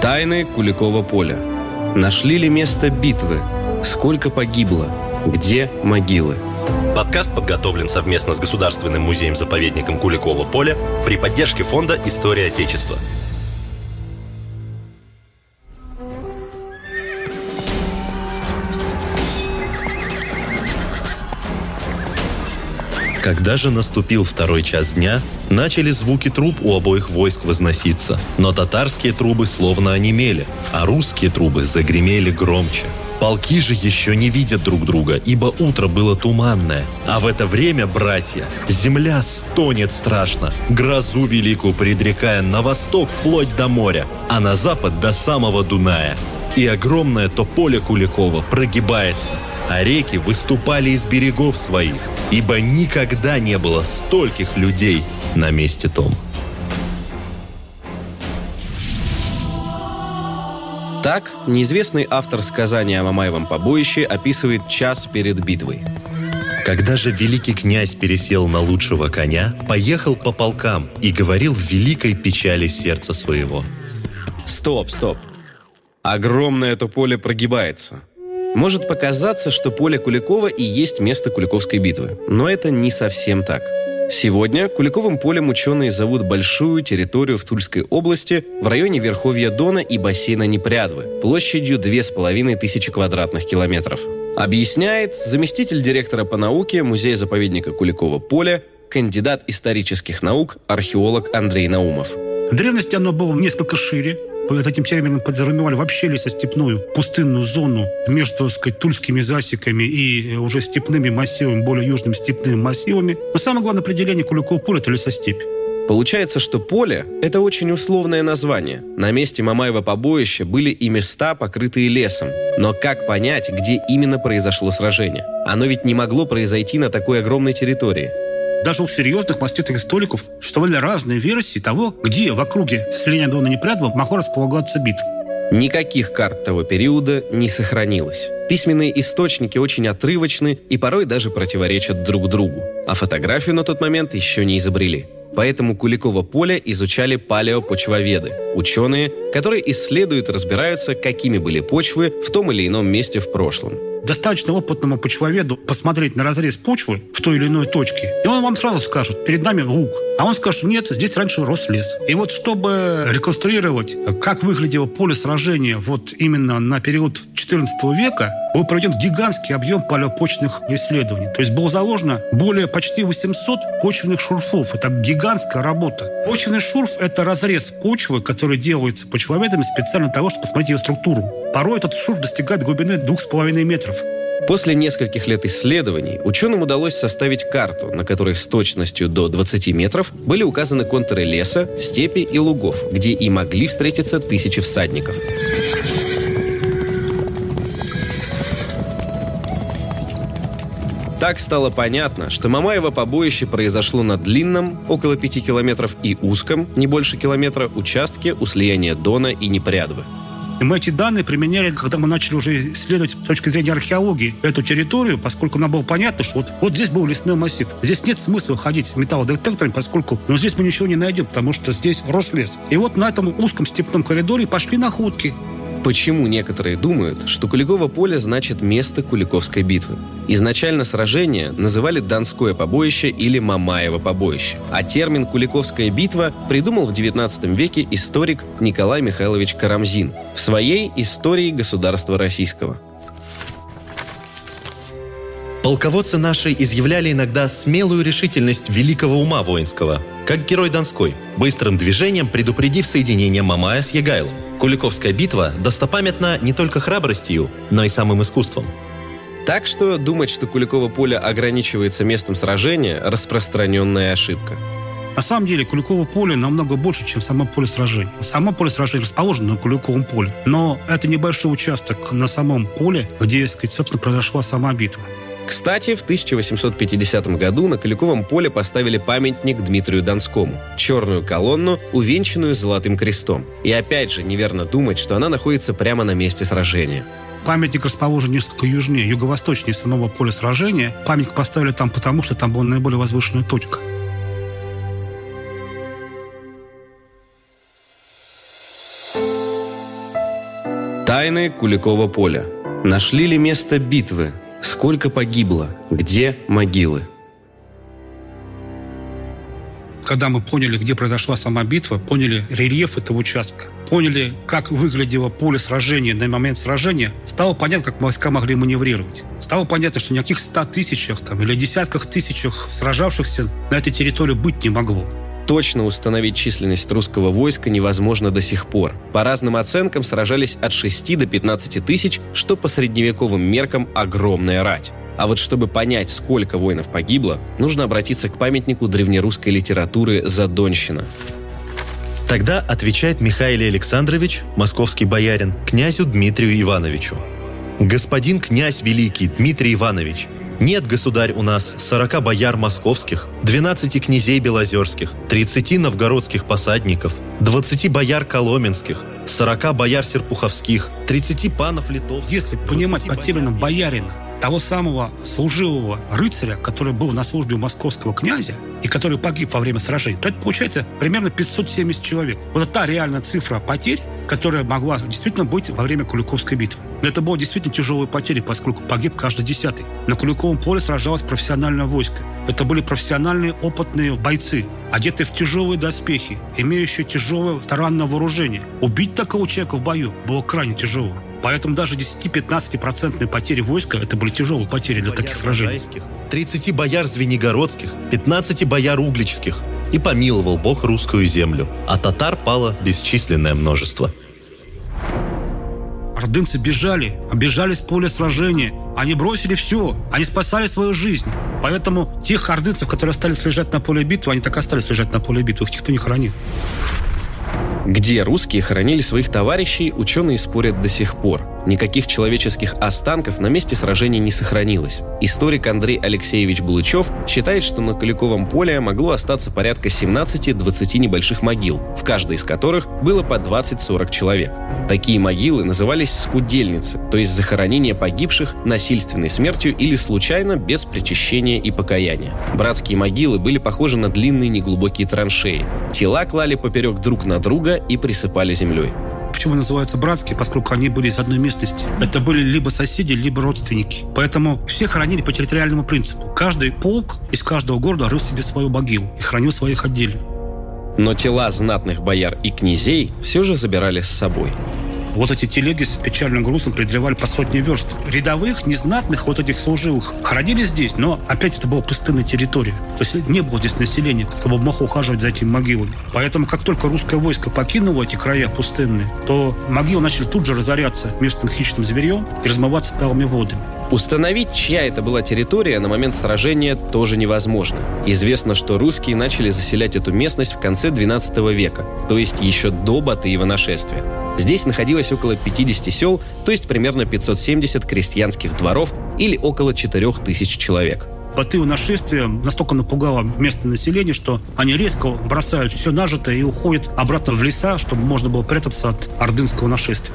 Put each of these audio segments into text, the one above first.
Тайны Куликова поля. Нашли ли место битвы? Сколько погибло? Где могилы? Подкаст подготовлен совместно с Государственным музеем-заповедником Куликова поля при поддержке фонда «История Отечества». Когда же наступил второй час дня, начали звуки труб у обоих войск возноситься. Но татарские трубы словно онемели, а русские трубы загремели громче. Полки же еще не видят друг друга, ибо утро было туманное. А в это время, братья, земля стонет страшно, грозу великую предрекая на восток вплоть до моря, а на запад до самого Дуная. И огромное то поле Куликова прогибается, а реки выступали из берегов своих, ибо никогда не было стольких людей на месте том. Так, неизвестный автор сказания о Мамаевом побоище описывает час перед битвой. Когда же великий князь пересел на лучшего коня, поехал по полкам и говорил в великой печали сердца своего. Стоп. Огромное это поле прогибается. Может показаться, что поле Куликова и есть место Куликовской битвы. Но это не совсем так. Сегодня Куликовым полем ученые зовут большую территорию в Тульской области в районе верховья Дона и бассейна Непрядвы площадью 2500 квадратных километров. Объясняет заместитель директора по науке музея-заповедника Куликова поля, кандидат исторических наук, археолог Андрей Наумов. В древности оно было несколько шире. Под этим термином подразумевали вообще лесостепную пустынную зону между, так сказать, тульскими засеками и уже степными массивами, более южными степными массивами. Но самое главное определение Куликова поля – это лесостепь. Получается, что поле – это очень условное название. На месте Мамаева побоища были и места, покрытые лесом. Но как понять, где именно произошло сражение? Оно ведь не могло произойти на такой огромной территории. Даже у серьезных маститых историков существовали разные версии того, где в округе селения Дона Непрядва могла располагаться битва. Никаких карт того периода не сохранилось. Письменные источники очень отрывочны и порой даже противоречат друг другу. А фотографию на тот момент еще не изобрели. Поэтому Куликово поле изучали палеопочвоведы, ученые, которые исследуют и разбираются, какими были почвы в том или ином месте в прошлом. Достаточно опытному почвоведу посмотреть на разрез почвы в той или иной точке, и он вам сразу скажет: перед нами луг. А он скажет: нет, здесь раньше рос лес. И вот чтобы реконструировать, как выглядело поле сражения вот именно на период XIV века, был проведен гигантский объем палеопочвенных исследований. То есть было заложено более почти 800 почвенных шурфов. Это гигантская работа. Почвенный шурф – это разрез почвы, который делается почвоведами специально для того, чтобы посмотреть ее структуру. Порой этот шурф достигает глубины 2,5 метров. После нескольких лет исследований ученым удалось составить карту, на которой с точностью до 20 метров были указаны контуры леса, степи и лугов, где и могли встретиться тысячи всадников. Так стало понятно, что Мамаево побоище произошло на длинном, около 5 километров, и узком, не больше километра, участке у слияния Дона и Непрядвы. И мы эти данные применяли, когда мы начали уже исследовать с точки зрения археологии эту территорию, поскольку нам было понятно, что вот здесь был лесной массив. Здесь нет смысла ходить с металлодетекторами, поскольку здесь мы ничего не найдем, потому что здесь рос лес. И вот на этом узком степном коридоре пошли находки. Почему некоторые думают, что Куликово поле значит место Куликовской битвы? Изначально сражение называли Донское побоище или Мамаево побоище, а термин «Куликовская битва» придумал в XIX веке историк Николай Михайлович Карамзин в своей «Истории государства российского». Полководцы наши изъявляли иногда смелую решительность великого ума воинского, как герой Донской, быстрым движением предупредив соединение Мамая с Егайлом. Куликовская битва достопамятна не только храбростью, но и самым искусством. Так что думать, что Куликово поле ограничивается местом сражения – распространенная ошибка. На самом деле Куликово поле намного больше, чем само поле сражений. Само поле сражений расположено на Куликовом поле, но это небольшой участок на самом поле, где, собственно, произошла сама битва. Кстати, в 1850 году на Куликовом поле поставили памятник Дмитрию Донскому – черную колонну, увенчанную золотым крестом. И опять же, неверно думать, что она находится прямо на месте сражения. Памятник расположен несколько южнее, юго-восточнее самого поля сражения. Памятник поставили там потому, что там была наиболее возвышенная точка. Тайны Куликова поля. Нашли ли место битвы? Сколько погибло? Где могилы? Когда мы поняли, где произошла сама битва, поняли рельеф этого участка, поняли, как выглядело поле сражения на момент сражения, стало понятно, как войска могли маневрировать. Стало понятно, что никаких 100 тысячах или десятках тысячах сражавшихся на этой территории быть не могло. Точно установить численность русского войска невозможно до сих пор. По разным оценкам сражались от 6 до 15 тысяч, что по средневековым меркам огромная рать. А вот чтобы понять, сколько воинов погибло, нужно обратиться к памятнику древнерусской литературы «Задонщина». Тогда отвечает Михаил Александрович, московский боярин, князю Дмитрию Ивановичу. «Господин князь великий Дмитрий Иванович, нет, государь, у нас 40 бояр московских, 12 князей белозерских, 30 новгородских посадников, 20 бояр коломенских, 40 бояр серпуховских, 30 панов литовских». Если понимать под термином боярина того самого служивого рыцаря, который был на службе у московского князя и который погиб во время сражения, то это получается примерно 570 человек. Вот это та реальная цифра потерь, которая могла действительно быть во время Куликовской битвы. Но это было действительно тяжелые потери, поскольку погиб каждый 10-й. На Куликовом поле сражалось профессиональное войско. Это были профессиональные, опытные бойцы, одетые в тяжелые доспехи, имеющие тяжелое таранное вооружение. Убить такого человека в бою было крайне тяжело. Поэтому даже 10-15% потери войска – это были тяжелые потери для таких сражений. 30 бояр звенигородских, 15 бояр угличских. И помиловал Бог русскую землю, а татар пало бесчисленное множество. Ордынцы бежали с поля сражения. Они бросили все, они спасали свою жизнь. Поэтому тех ордынцев, которые остались лежать на поле битвы, они так и остались лежать на поле битвы, их никто не хоронил. Где русские хоронили своих товарищей, ученые спорят до сих пор. Никаких человеческих останков на месте сражений не сохранилось. Историк Андрей Алексеевич Булычев считает, что на Куликовом поле могло остаться порядка 17-20 небольших могил, в каждой из которых было по 20-40 человек. Такие могилы назывались скудельницы, то есть захоронение погибших насильственной смертью или случайно, без причащения и покаяния. Братские могилы были похожи на длинные неглубокие траншеи. Тела клали поперек друг на друга и присыпали землей. Почему называются братские? Поскольку они были из одной местности. Это были либо соседи, либо родственники. Поэтому все хоронили по территориальному принципу. Каждый полк из каждого города рыл себе свою могилу и хранил своих отдельно. Но тела знатных бояр и князей все же забирали с собой. Вот эти телеги с печальным грузом преодолевали по сотне верст. Рядовых, незнатных, вот этих служивых хоронили здесь, но опять это была пустынная территория. То есть не было здесь населения, кто бы мог ухаживать за этими могилами. Поэтому, как только русское войско покинуло эти края пустынные, то могилы начали тут же разоряться местным хищным зверьем и размываться талыми водами. Установить, чья это была территория, на момент сражения тоже невозможно. Известно, что русские начали заселять эту местность в конце XII века, то есть еще до Батыева нашествия. Здесь находилось около 50 сел, то есть примерно 570 крестьянских дворов или около 4000 человек. Батыево нашествие настолько напугало местное население, что они резко бросают все нажитое и уходят обратно в леса, чтобы можно было прятаться от ордынского нашествия.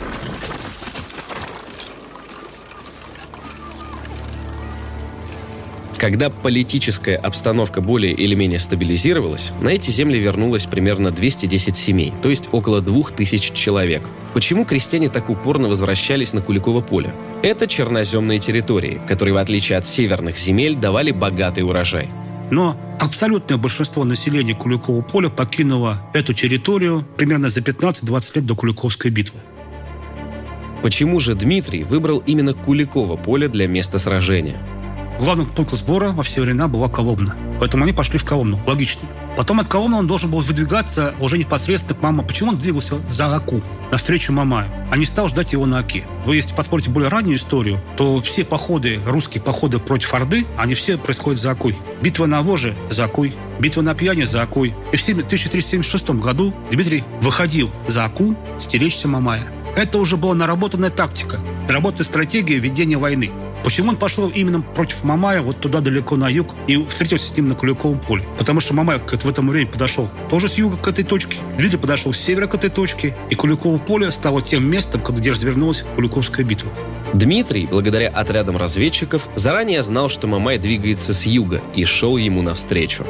Когда политическая обстановка более или менее стабилизировалась, на эти земли вернулось примерно 210 семей, то есть около 2000 человек. Почему крестьяне так упорно возвращались на Куликово поле? Это черноземные территории, которые, в отличие от северных земель, давали богатый урожай. Но абсолютное большинство населения Куликового поля покинуло эту территорию примерно за 15-20 лет до Куликовской битвы. Почему же Дмитрий выбрал именно Куликово поле для места сражения? Главным пунктом сбора во все времена была Коломна. Поэтому они пошли в Коломну. Логично. Потом от Коломны он должен был выдвигаться уже непосредственно к Мамаю. Почему он двигался за Аку, навстречу Мамаю, а не стал ждать его на Оке? Вы, если посмотрите более раннюю историю, то все походы, русские походы против Орды, они все происходят за Окой. Битва на Воже за Окой, битва на Пьяне за Окой. И в 1376 году Дмитрий выходил за Оку стеречься Мамая. Это уже была наработанная тактика, наработанная стратегия ведения войны. Почему он пошел именно против Мамая, вот туда далеко на юг, и встретился с ним на Куликовом поле? Потому что Мамай в этом время подошел тоже с юга к этой точке, Дмитрий подошел с севера к этой точке, и Куликово поле стало тем местом, где развернулась Куликовская битва. Дмитрий, благодаря отрядам разведчиков, заранее знал, что Мамай двигается с юга и шел ему навстречу.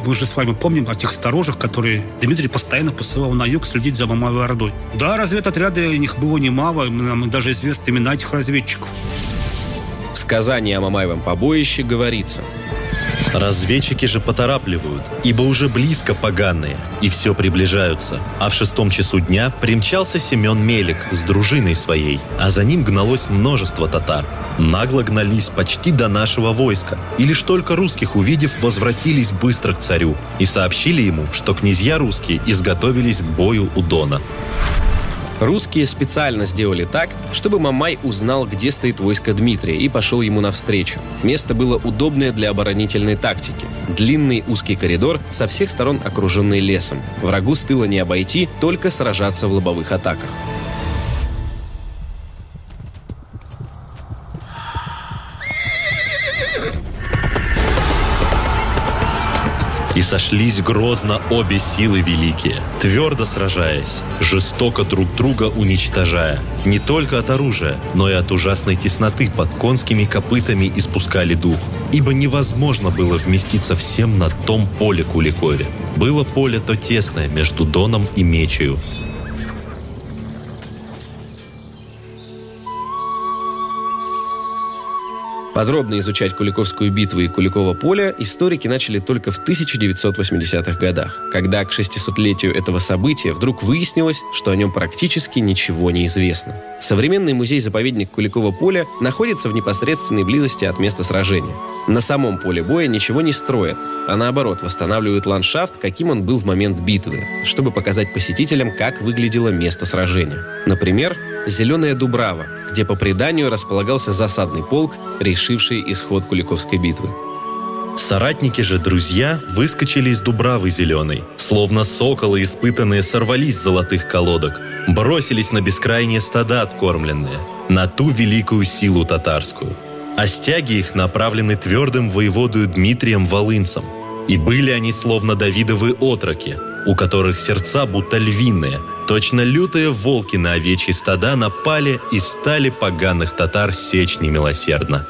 Мы же с вами помним о тех сторожах, которые Дмитрий постоянно посылал на юг следить за Мамаевой Ордой. Да, разведотряды, у них было немало, нам даже известны имена этих разведчиков. В сказании о Мамаевом побоище говорится: разведчики же поторапливают, ибо уже близко поганые, и все приближаются. А в 6 часу дня примчался Семен Мелик с дружиной своей, а за ним гналось множество татар. Нагло гнались почти до нашего войска, и лишь только русских увидев, возвратились быстро к царю и сообщили ему, что князья русские изготовились к бою у Дона. Русские специально сделали так, чтобы Мамай узнал, где стоит войско Дмитрия, и пошел ему навстречу. Место было удобное для оборонительной тактики. Длинный узкий коридор, со всех сторон окруженный лесом. Врагу с тыла не обойти, только сражаться в лобовых атаках. И сошлись грозно обе силы великие, твердо сражаясь, жестоко друг друга уничтожая. Не только от оружия, но и от ужасной тесноты под конскими копытами испускали дух. Ибо невозможно было вместиться всем на том поле Куликове. Было поле то тесное между Доном и Мечею. Подробно изучать Куликовскую битву и Куликово поле историки начали только в 1980-х годах, когда к 600-летию этого события вдруг выяснилось, что о нем практически ничего не известно. Современный музей-заповедник Куликово поля находится в непосредственной близости от места сражения. На самом поле боя ничего не строят, а наоборот восстанавливают ландшафт, каким он был в момент битвы, чтобы показать посетителям, как выглядело место сражения. Например, Зеленая Дубрава, где по преданию располагался засадный полк, решивший исход Куликовской битвы. Соратники же, друзья, выскочили из Дубравы зеленой. Словно соколы испытанные сорвались с золотых колодок, бросились на бескрайние стада откормленные, на ту великую силу татарскую. А стяги их направлены твердым воеводою Дмитрием Волынцем. И были они словно Давидовы отроки, у которых сердца будто львиные. Точно лютые волки на овечьи стада напали и стали поганых татар сечь немилосердно.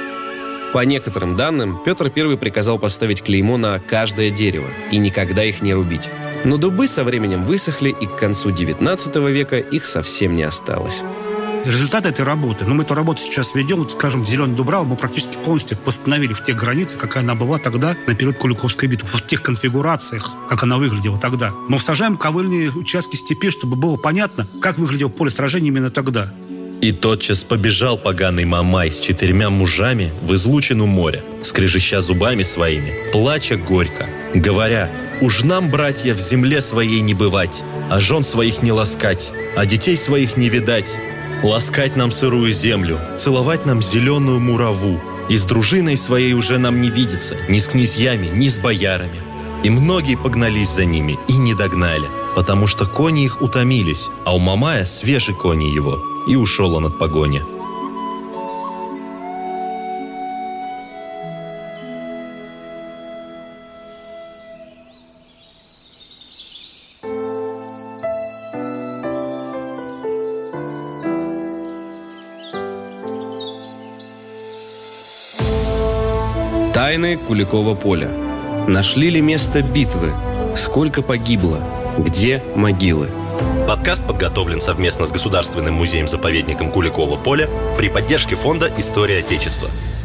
По некоторым данным, Петр I приказал поставить клеймо на каждое дерево и никогда их не рубить. Но дубы со временем высохли, и к концу XIX века их совсем не осталось. Результат этой работы, мы эту работу сейчас ведем, скажем, Зеленую Дубраву мы практически полностью восстановили в тех границах, какая она была тогда, на период Куликовской битвы, в тех конфигурациях, как она выглядела тогда. Мы сажаем ковыльные участки степи, чтобы было понятно, как выглядело поле сражения именно тогда. И тотчас побежал поганый Мамай с 4 мужами в излучину моря, скрежеща зубами своими, плача горько, говоря: «Уж нам, братья, в земле своей не бывать, а жен своих не ласкать, а детей своих не видать. Ласкать нам сырую землю, целовать нам зеленую мураву, и с дружиной своей уже нам не видится, ни с князьями, ни с боярами». И многие погнались за ними и не догнали, потому что кони их утомились, а у Мамая свежие кони его, и ушел он от погони. Тайны Куликова поля. Нашли ли место битвы? Сколько погибло? Где могилы? Подкаст подготовлен совместно с Государственным музеем-заповедником Куликово поле при поддержке фонда «История Отечества».